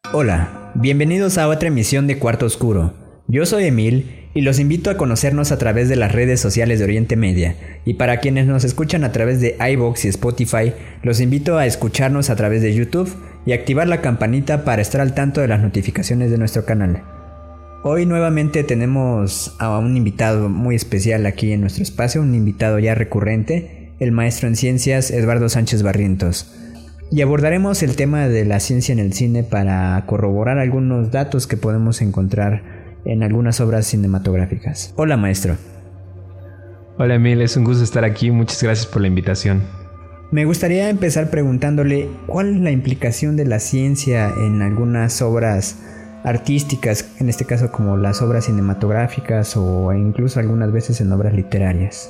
Hola, bienvenidos a otra emisión de Cuarto Oscuro. Yo soy Emil y los invito a conocernos a través de las redes sociales de Oriente Media. Y para quienes nos escuchan a través de iVoox y Spotify, los invito a escucharnos a través de YouTube y activar la campanita para estar al tanto de las notificaciones de nuestro canal. Hoy nuevamente tenemos a un invitado muy especial aquí en nuestro espacio, un invitado ya recurrente, el maestro en ciencias Eduardo Sánchez Barrientos. Y abordaremos el tema de la ciencia en el cine para corroborar algunos datos que podemos encontrar en algunas obras cinematográficas. Hola, maestro. Hola, Emil, es un gusto estar aquí, muchas gracias por la invitación. Me gustaría empezar preguntándole cuál es la implicación de la ciencia en algunas obras artísticas, en este caso como las obras cinematográficas o incluso algunas veces en obras literarias.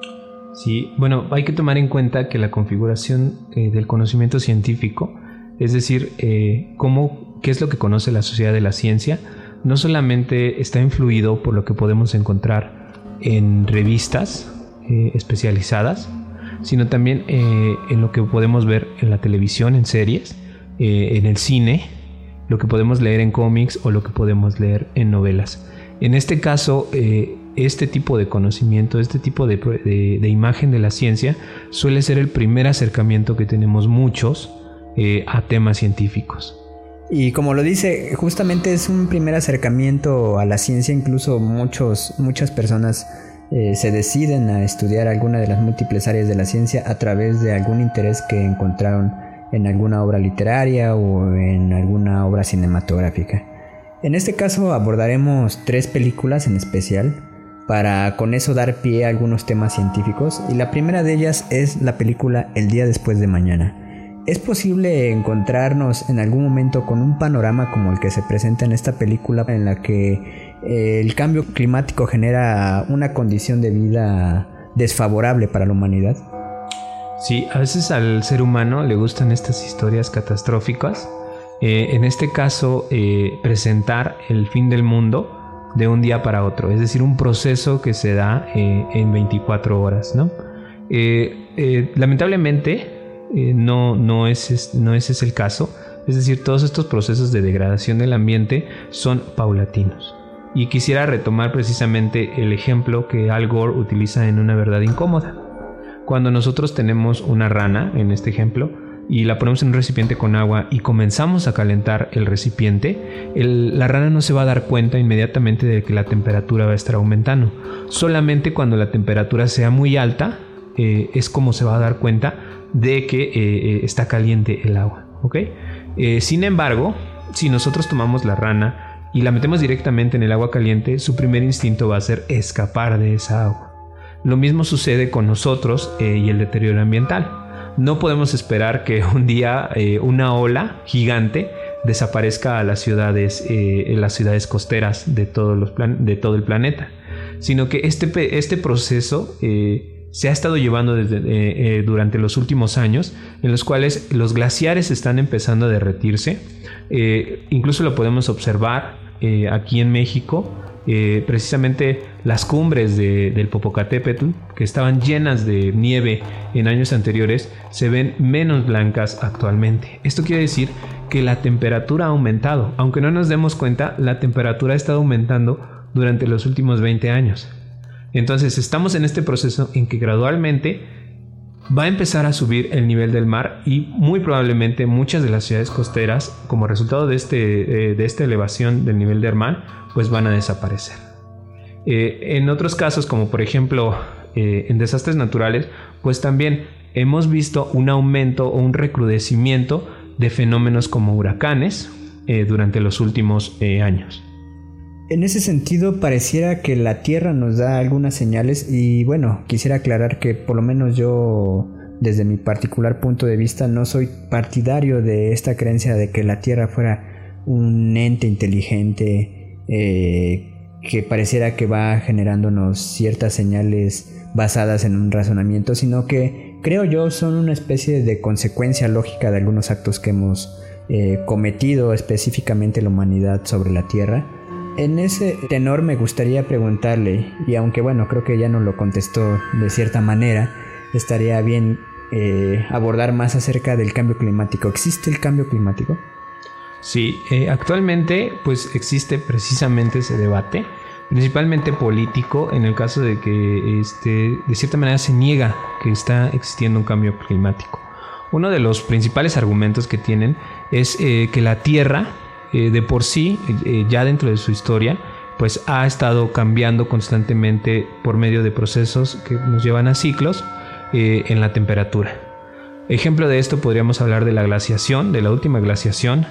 Sí, bueno, hay que tomar en cuenta que la configuración del conocimiento científico, es decir, qué es lo que conoce la sociedad de la ciencia, no solamente está influido por lo que podemos encontrar en revistas especializadas, sino también en lo que podemos ver en la televisión, en series, en el cine, lo que podemos leer en cómics o lo que podemos leer en novelas. En este caso, este tipo de conocimiento, este tipo de imagen de la ciencia suele ser el primer acercamiento que tenemos muchos a temas científicos. Y como lo dice, justamente es un primer acercamiento a la ciencia. Incluso muchas personas se deciden a estudiar alguna de las múltiples áreas de la ciencia a través de algún interés que encontraron en alguna obra literaria o en alguna obra cinematográfica. En este caso abordaremos 3 películas en especial para con eso dar pie a algunos temas científicos, y la primera de ellas es la película El día después de mañana. ¿Es posible encontrarnos en algún momento con un panorama como el que se presenta en esta película, en la que el cambio climático genera una condición de vida desfavorable para la humanidad? Sí, a veces al ser humano le gustan estas historias catastróficas. En este caso, presentar el fin del mundo de un día para otro, es decir, un proceso que se da en 24 horas, ¿no? Lamentablemente, no ese es el caso. Es decir, todos estos procesos de degradación del ambiente son paulatinos. Y quisiera retomar precisamente el ejemplo que Al Gore utiliza en Una verdad incómoda. Cuando nosotros tenemos una rana, en este ejemplo, y la ponemos en un recipiente con agua y comenzamos a calentar el recipiente, la rana no se va a dar cuenta inmediatamente de que la temperatura va a estar aumentando. Solamente cuando la temperatura sea muy alta es como se va a dar cuenta de que está caliente el agua, ¿ok? Sin embargo, si nosotros tomamos la rana y la metemos directamente en el agua caliente, su primer instinto va a ser escapar de esa agua. Lo mismo sucede con nosotros y el deterioro ambiental. No podemos esperar que un día una ola gigante desaparezca a las ciudades costeras de todo el planeta, sino que este proceso se ha estado llevando durante los últimos años, en los cuales los glaciares están empezando a derretirse. Incluso lo podemos observar aquí en México. Precisamente las cumbres del Popocatépetl, que estaban llenas de nieve en años anteriores, se ven menos blancas actualmente. Esto quiere decir que la temperatura ha aumentado. Aunque no nos demos cuenta, la temperatura ha estado aumentando durante los últimos 20 años. Entonces estamos en este proceso en que gradualmente va a empezar a subir el nivel del mar, y muy probablemente muchas de las ciudades costeras, como resultado de esta elevación del nivel del mar, pues van a desaparecer. En otros casos, como por ejemplo en desastres naturales, pues también hemos visto un aumento o un recrudecimiento de fenómenos como huracanes durante los últimos años. En ese sentido, pareciera que la Tierra nos da algunas señales, y bueno, quisiera aclarar que por lo menos yo, desde mi particular punto de vista, no soy partidario de esta creencia de que la Tierra fuera un ente inteligente que pareciera que va generándonos ciertas señales basadas en un razonamiento, sino que creo yo son una especie de consecuencia lógica de algunos actos que hemos cometido, específicamente la humanidad sobre la Tierra. En ese tenor me gustaría preguntarle, y aunque bueno, creo que ya nos lo contestó de cierta manera, estaría bien abordar más acerca del cambio climático. ¿Existe el cambio climático? Sí, actualmente pues existe precisamente ese debate, principalmente político, en el caso de que de cierta manera se niega que está existiendo un cambio climático. Uno de los principales argumentos que tienen es que la Tierra de por sí, ya dentro de su historia, pues ha estado cambiando constantemente por medio de procesos que nos llevan a ciclos en la temperatura. Ejemplo de esto podríamos hablar de la glaciación, de la última glaciación,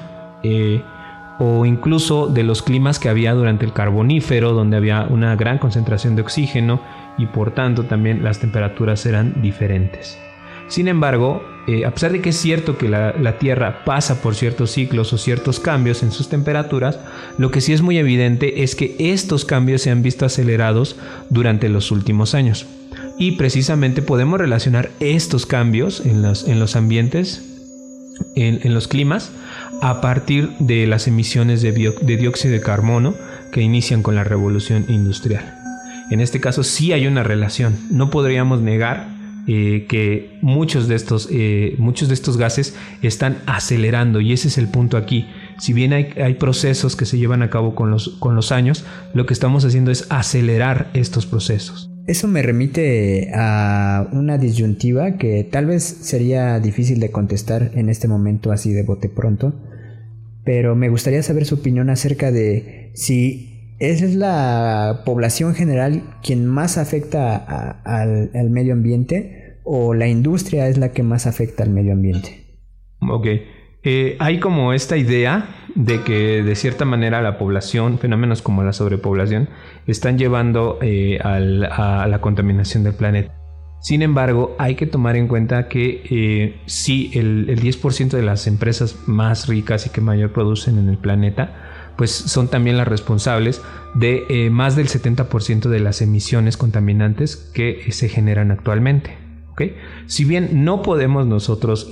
o incluso de los climas que había durante el Carbonífero, donde había una gran concentración de oxígeno y por tanto también las temperaturas eran diferentes. Sin embargo, a pesar de que es cierto que la Tierra pasa por ciertos ciclos o ciertos cambios en sus temperaturas, lo que sí es muy evidente es que estos cambios se han visto acelerados durante los últimos años. Y precisamente podemos relacionar estos cambios en los ambientes, en los climas, a partir de las emisiones de dióxido de carbono que inician con la revolución industrial. En este caso sí hay una relación. No podríamos negar que muchos de estos gases están acelerando, y ese es el punto aquí. Si bien hay procesos que se llevan a cabo con los años, lo que estamos haciendo es acelerar estos procesos. Eso me remite a una disyuntiva que tal vez sería difícil de contestar en este momento así de bote pronto, pero me gustaría saber su opinión acerca de si es la población general quien más afecta al medio ambiente o la industria es la que más afecta al medio ambiente. Ok. Hay como esta idea de que de cierta manera la población, fenómenos como la sobrepoblación, están llevando a la contaminación del planeta. Sin embargo, hay que tomar en cuenta que sí, el 10% de las empresas más ricas y que mayor producen en el planeta, pues son también las responsables de más del 70% de las emisiones contaminantes que se generan actualmente. ¿Okay? Si bien no podemos nosotros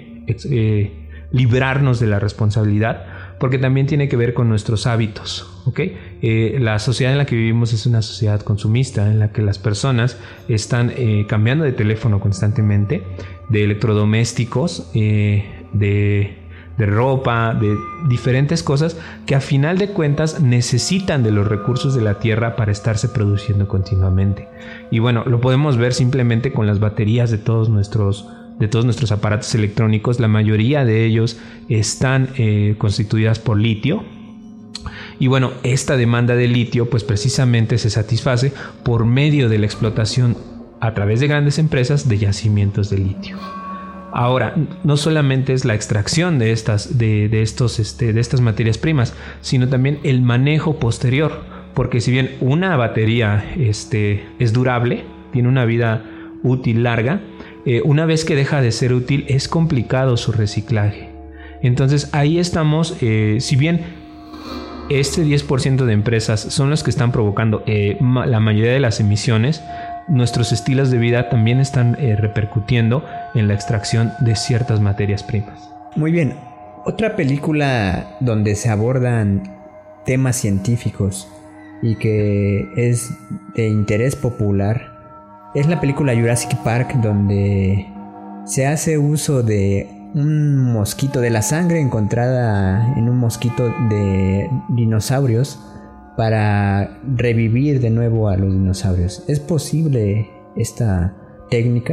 librarnos de la responsabilidad, porque también tiene que ver con nuestros hábitos, ¿okay? La sociedad en la que vivimos es una sociedad consumista, en la que las personas están cambiando de teléfono constantemente, de electrodomésticos, de ropa, de diferentes cosas que a final de cuentas necesitan de los recursos de la tierra para estarse produciendo continuamente. Y bueno, lo podemos ver simplemente con las baterías de todos nuestros aparatos electrónicos. La mayoría de ellos están constituidas por litio. Y bueno, esta demanda de litio pues precisamente se satisface por medio de la explotación a través de grandes empresas de yacimientos de litio. Ahora, no solamente es la extracción de estas materias primas, sino también el manejo posterior, porque si bien una batería es durable, tiene una vida útil larga, una vez que deja de ser útil es complicado su reciclaje. Entonces ahí estamos, si bien este 10% de empresas son los que están provocando la mayoría de las emisiones, nuestros estilos de vida también están repercutiendo en la extracción de ciertas materias primas. Muy bien, otra película donde se abordan temas científicos y que es de interés popular es la película Jurassic Park, donde se hace uso de un mosquito, de la sangre encontrada en un mosquito de dinosaurios para revivir de nuevo a los dinosaurios. ¿Es posible esta técnica?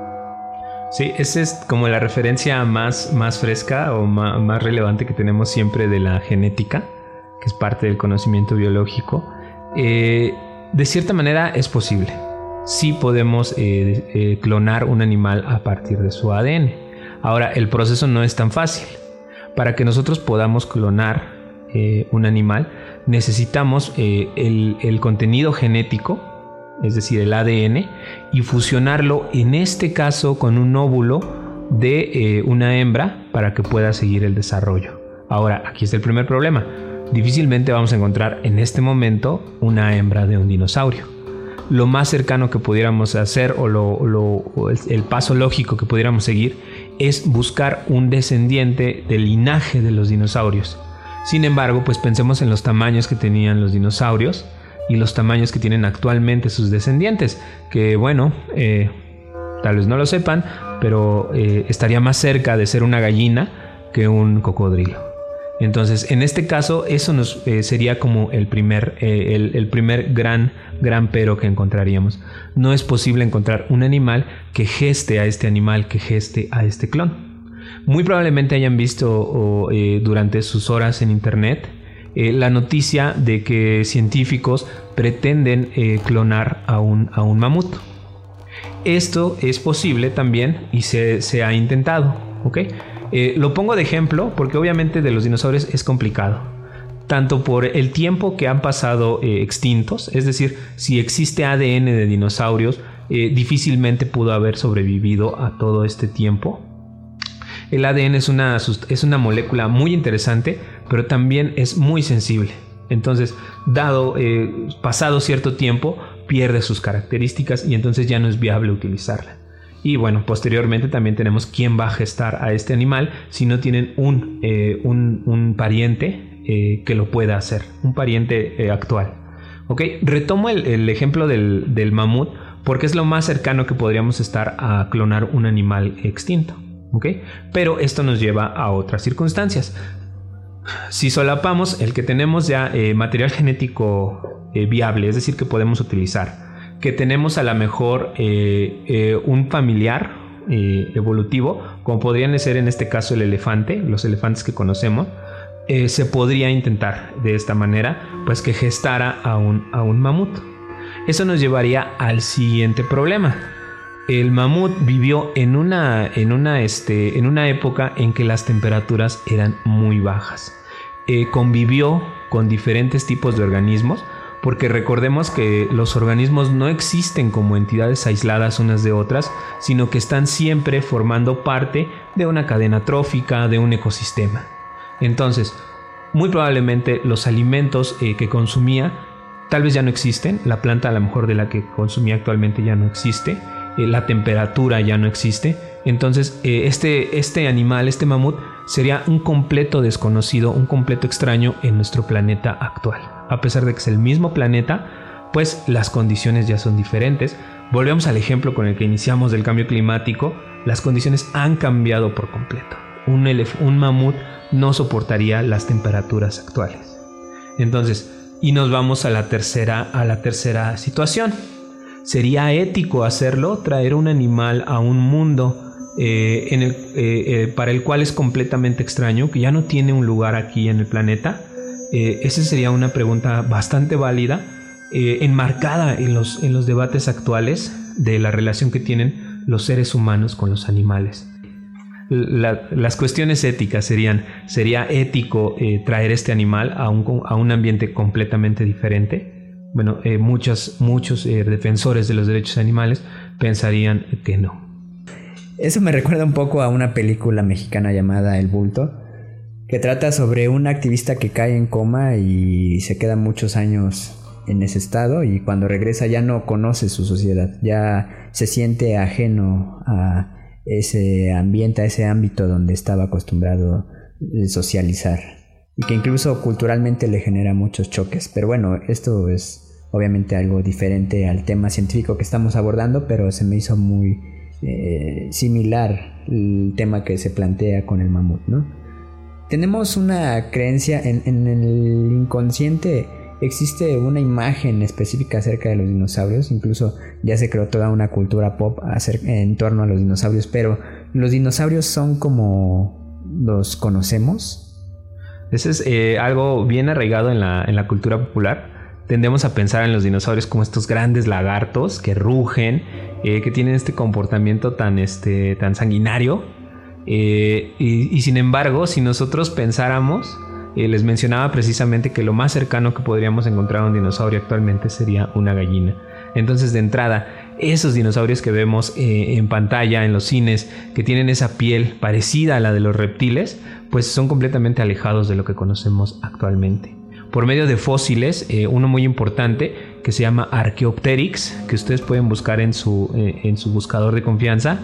Sí, esa es como la referencia más fresca o más relevante que tenemos siempre de la genética, que es parte del conocimiento biológico. De cierta manera es posible. Sí podemos clonar un animal a partir de su ADN. Ahora, el proceso no es tan fácil. Para que nosotros podamos clonar un animal, necesitamos el contenido genético, es decir, el ADN, y fusionarlo, en este caso, con un óvulo de una hembra para que pueda seguir el desarrollo. Ahora, aquí está el primer problema. Difícilmente vamos a encontrar en este momento una hembra de un dinosaurio. Lo más cercano que pudiéramos hacer o el paso lógico que pudiéramos seguir es buscar un descendiente del linaje de los dinosaurios. Sin embargo, pues pensemos en los tamaños que tenían los dinosaurios y los tamaños que tienen actualmente sus descendientes, que bueno, tal vez no lo sepan, pero estaría más cerca de ser una gallina que un cocodrilo. Entonces, en este caso, eso nos sería como el primer gran pero que encontraríamos. No es posible encontrar un animal que geste a este animal, que geste a este clon. Muy probablemente hayan visto durante sus horas en internet la noticia de que científicos pretenden clonar a un mamut. Esto es posible también y se ha intentado, ¿ok? Lo pongo de ejemplo porque obviamente de los dinosaurios es complicado, tanto por el tiempo que han pasado extintos, es decir, si existe ADN de dinosaurios, difícilmente pudo haber sobrevivido a todo este tiempo. El ADN es una molécula muy interesante, pero también es muy sensible. Entonces, pasado cierto tiempo, pierde sus características y entonces ya no es viable utilizarla. Y bueno, posteriormente también tenemos quién va a gestar a este animal si no tienen un pariente que lo pueda hacer, un pariente actual. ¿Ok? Retomo el ejemplo del mamut porque es lo más cercano que podríamos estar a clonar un animal extinto. ¿Ok? Pero esto nos lleva a otras circunstancias. Si solapamos el que tenemos ya material genético viable, es decir, que podemos utilizar, que tenemos a lo mejor un familiar evolutivo, como podrían ser en este caso el elefante, los elefantes que conocemos, se podría intentar de esta manera, pues que gestara a un mamut. Eso nos llevaría al siguiente problema. El mamut vivió en una época en que las temperaturas eran muy bajas. Convivió con diferentes tipos de organismos, porque recordemos que los organismos no existen como entidades aisladas unas de otras, sino que están siempre formando parte de una cadena trófica, de un ecosistema. Entonces, muy probablemente los alimentos que consumía tal vez ya no existen, la planta a lo mejor de la que consumía actualmente ya no existe, la temperatura ya no existe. Entonces este animal, este mamut, sería un completo desconocido, un completo extraño en nuestro planeta actual. A pesar de que es el mismo planeta, pues las condiciones ya son diferentes. Volvemos al ejemplo con el que iniciamos del cambio climático. Las condiciones han cambiado por completo. Un mamut no soportaría las temperaturas actuales. Entonces, y nos vamos a la tercera situación. ¿Sería ético hacerlo? Traer un animal a un mundo para el cual es completamente extraño, que ya no tiene un lugar aquí en el planeta. Esa sería una pregunta bastante válida, enmarcada en los debates actuales de la relación que tienen los seres humanos con los animales. Las cuestiones éticas ¿sería ético traer este animal a un ambiente completamente diferente? Bueno, muchos defensores de los derechos animales pensarían que no. Eso me recuerda un poco a una película mexicana llamada El Bulto, que trata sobre un activista que cae en coma y se queda muchos años en ese estado, y cuando regresa ya no conoce su sociedad, ya se siente ajeno a ese ambiente, a ese ámbito donde estaba acostumbrado a socializar, y que incluso culturalmente le genera muchos choques. Pero bueno, esto es obviamente algo diferente al tema científico que estamos abordando, pero se me hizo muy similar el tema que se plantea con el mamut, ¿no? Tenemos una creencia en el inconsciente. Existe una imagen específica acerca de los dinosaurios, incluso ya se creó toda una cultura pop en torno a los dinosaurios, pero ¿los dinosaurios son como los conocemos? Eso es algo bien arraigado en la cultura popular. Tendemos a pensar en los dinosaurios como estos grandes lagartos que rugen, que tienen este comportamiento tan sanguinario. Y sin embargo, si nosotros pensáramos, les mencionaba precisamente que lo más cercano que podríamos encontrar a un dinosaurio actualmente sería una gallina. Entonces, de entrada, esos dinosaurios que vemos en pantalla, en los cines, que tienen esa piel parecida a la de los reptiles, pues son completamente alejados de lo que conocemos actualmente. Por medio de fósiles, uno muy importante que se llama Archaeopteryx, que ustedes pueden buscar en su buscador de confianza.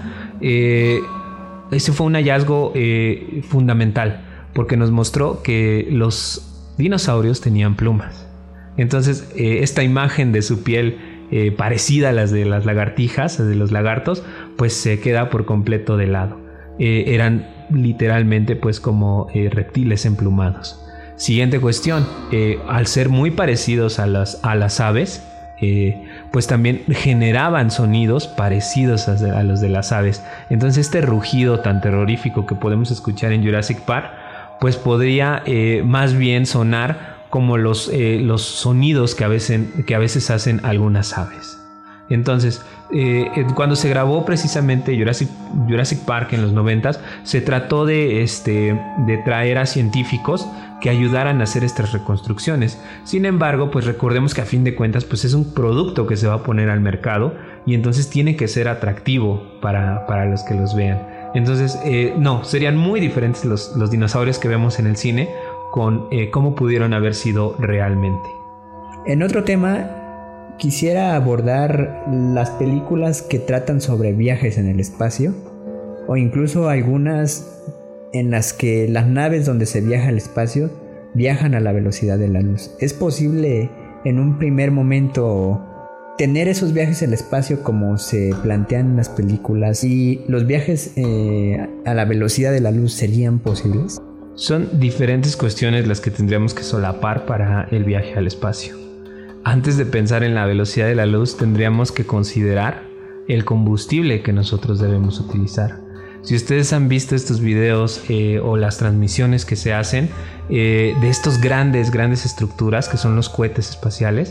Ese fue un hallazgo fundamental, porque nos mostró que los dinosaurios tenían plumas. Entonces, esta imagen de su piel parecida a las de las lagartijas, de los lagartos, pues se queda por completo de lado. Eran literalmente pues como reptiles emplumados. Siguiente cuestión, al ser muy parecidos a las aves, pues también generaban sonidos parecidos a los de las aves. Entonces este rugido tan terrorífico que podemos escuchar en Jurassic Park, pues podría más bien sonar como los sonidos que a veces hacen algunas aves. Entonces, cuando se grabó precisamente Jurassic Park en los 90s, se trató de traer a científicos que ayudaran a hacer estas reconstrucciones. Sin embargo, pues recordemos que a fin de cuentas pues es un producto que se va a poner al mercado y entonces tiene que ser atractivo para los que los vean. Entonces, no, serían muy diferentes los dinosaurios que vemos en el cine con cómo pudieron haber sido realmente. En otro tema, quisiera abordar las películas que tratan sobre viajes en el espacio, o incluso algunas en las que las naves donde se viaja al espacio viajan a la velocidad de la luz. ¿Es posible en un primer momento tener esos viajes al espacio como se plantean en las películas, y los viajes a la velocidad de la luz serían posibles? Son diferentes cuestiones las que tendríamos que solapar para el viaje al espacio. Antes de pensar en la velocidad de la luz, tendríamos que considerar el combustible que nosotros debemos utilizar. Si ustedes han visto estos videos o las transmisiones que se hacen de estos grandes estructuras que son los cohetes espaciales,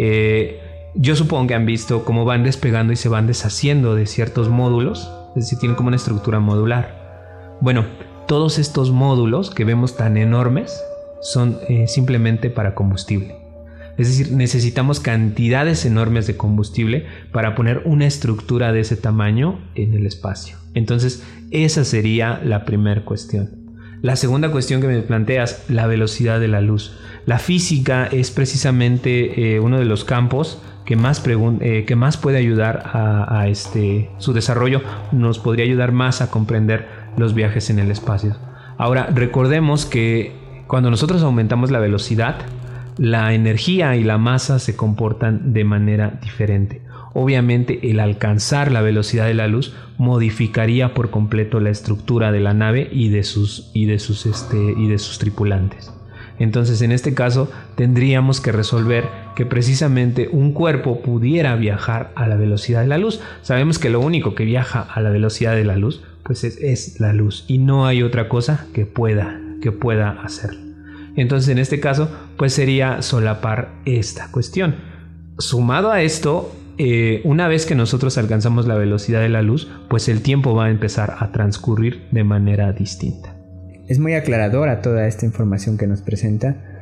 yo supongo que han visto cómo van despegando y se van deshaciendo de ciertos módulos, es decir, tienen como una estructura modular. Bueno, todos estos módulos que vemos tan enormes son simplemente para combustible. Es decir, necesitamos cantidades enormes de combustible para poner una estructura de ese tamaño en el espacio. Entonces, esa sería la primera cuestión. La segunda cuestión que me planteas, la velocidad de la luz. La física es precisamente uno de los campos que más puede ayudar a su desarrollo, nos podría ayudar más a comprender los viajes en el espacio. Ahora, recordemos que cuando nosotros aumentamos la velocidad, la energía y la masa se comportan de manera diferente. Obviamente, el alcanzar la velocidad de la luz modificaría por completo la estructura de la nave y de sus tripulantes. Entonces, en este caso, tendríamos que resolver que precisamente un cuerpo pudiera viajar a la velocidad de la luz. Sabemos que lo único que viaja a la velocidad de la luz, pues es la luz, y no hay otra cosa que pueda hacerlo. Entonces, en este caso, pues sería solapar esta cuestión. Sumado a esto, una vez que nosotros alcanzamos la velocidad de la luz, pues el tiempo va a empezar a transcurrir de manera distinta. Es muy aclaradora toda esta información que nos presenta.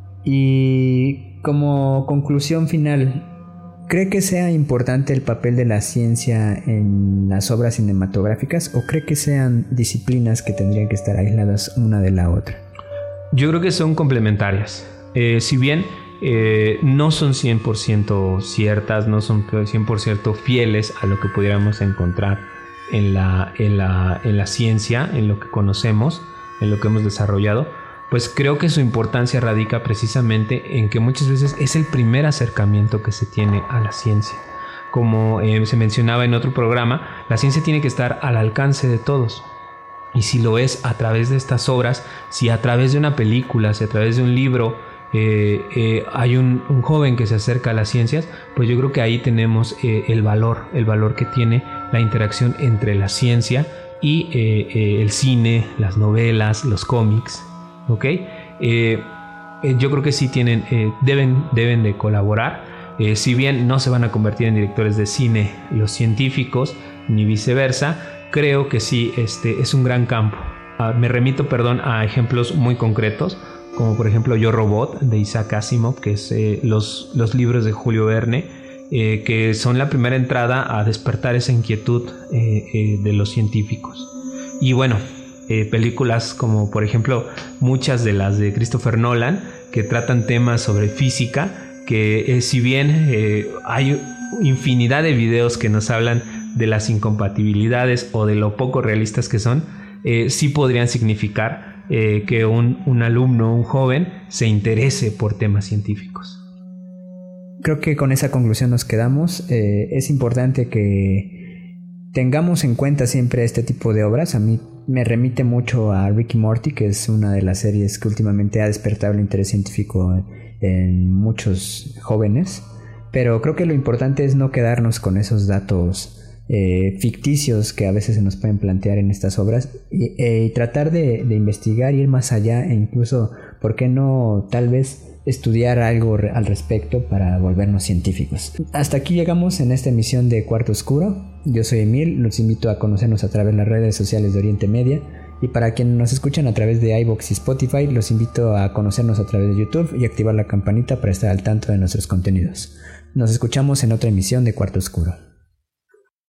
Y como conclusión final, ¿cree que sea importante el papel de la ciencia en las obras cinematográficas, o cree que sean disciplinas que tendrían que estar aisladas una de la otra? Yo creo que son complementarias. Si bien no son 100% ciertas, no son 100% fieles a lo que pudiéramos encontrar en la ciencia, en lo que conocemos, en lo que hemos desarrollado, pues creo que su importancia radica precisamente en que muchas veces es el primer acercamiento que se tiene a la ciencia. Como se mencionaba en otro programa, la ciencia tiene que estar al alcance de todos. Y si lo es a través de estas obras, si a través de una película, si a través de un libro hay un joven que se acerca a las ciencias, pues yo creo que ahí tenemos el valor que tiene la interacción entre la ciencia y el cine, las novelas, los cómics, ¿ok? Yo creo que sí deben de colaborar. Si bien no se van a convertir en directores de cine los científicos, ni viceversa, creo que sí, es un gran campo. Me remito, a ejemplos muy concretos, como por ejemplo Yo Robot, de Isaac Asimov, que es los libros de Julio Verne, que son la primera entrada a despertar esa inquietud de los científicos. Y bueno, películas como por ejemplo muchas de las de Christopher Nolan, que tratan temas sobre física, que si bien hay infinidad de videos que nos hablan de las incompatibilidades o de lo poco realistas que son, sí podrían significar que un alumno, un joven, se interese por temas científicos. Creo que con esa conclusión nos quedamos. Es importante que tengamos en cuenta siempre este tipo de obras. A mí me remite mucho a Rick y Morty, que es una de las series que últimamente ha despertado el interés científico en muchos jóvenes. Pero creo que lo importante es no quedarnos con esos datos ficticios que a veces se nos pueden plantear en estas obras y tratar de investigar, ir más allá e incluso, ¿por qué no tal vez estudiar algo al respecto para volvernos científicos? Hasta aquí llegamos en esta emisión de Cuarto Oscuro. Yo soy Emil, los invito a conocernos a través de las redes sociales de Oriente Media, y para quienes nos escuchan a través de iVoox y Spotify, los invito a conocernos a través de YouTube y activar la campanita para estar al tanto de nuestros contenidos. Nos escuchamos en otra emisión de Cuarto Oscuro.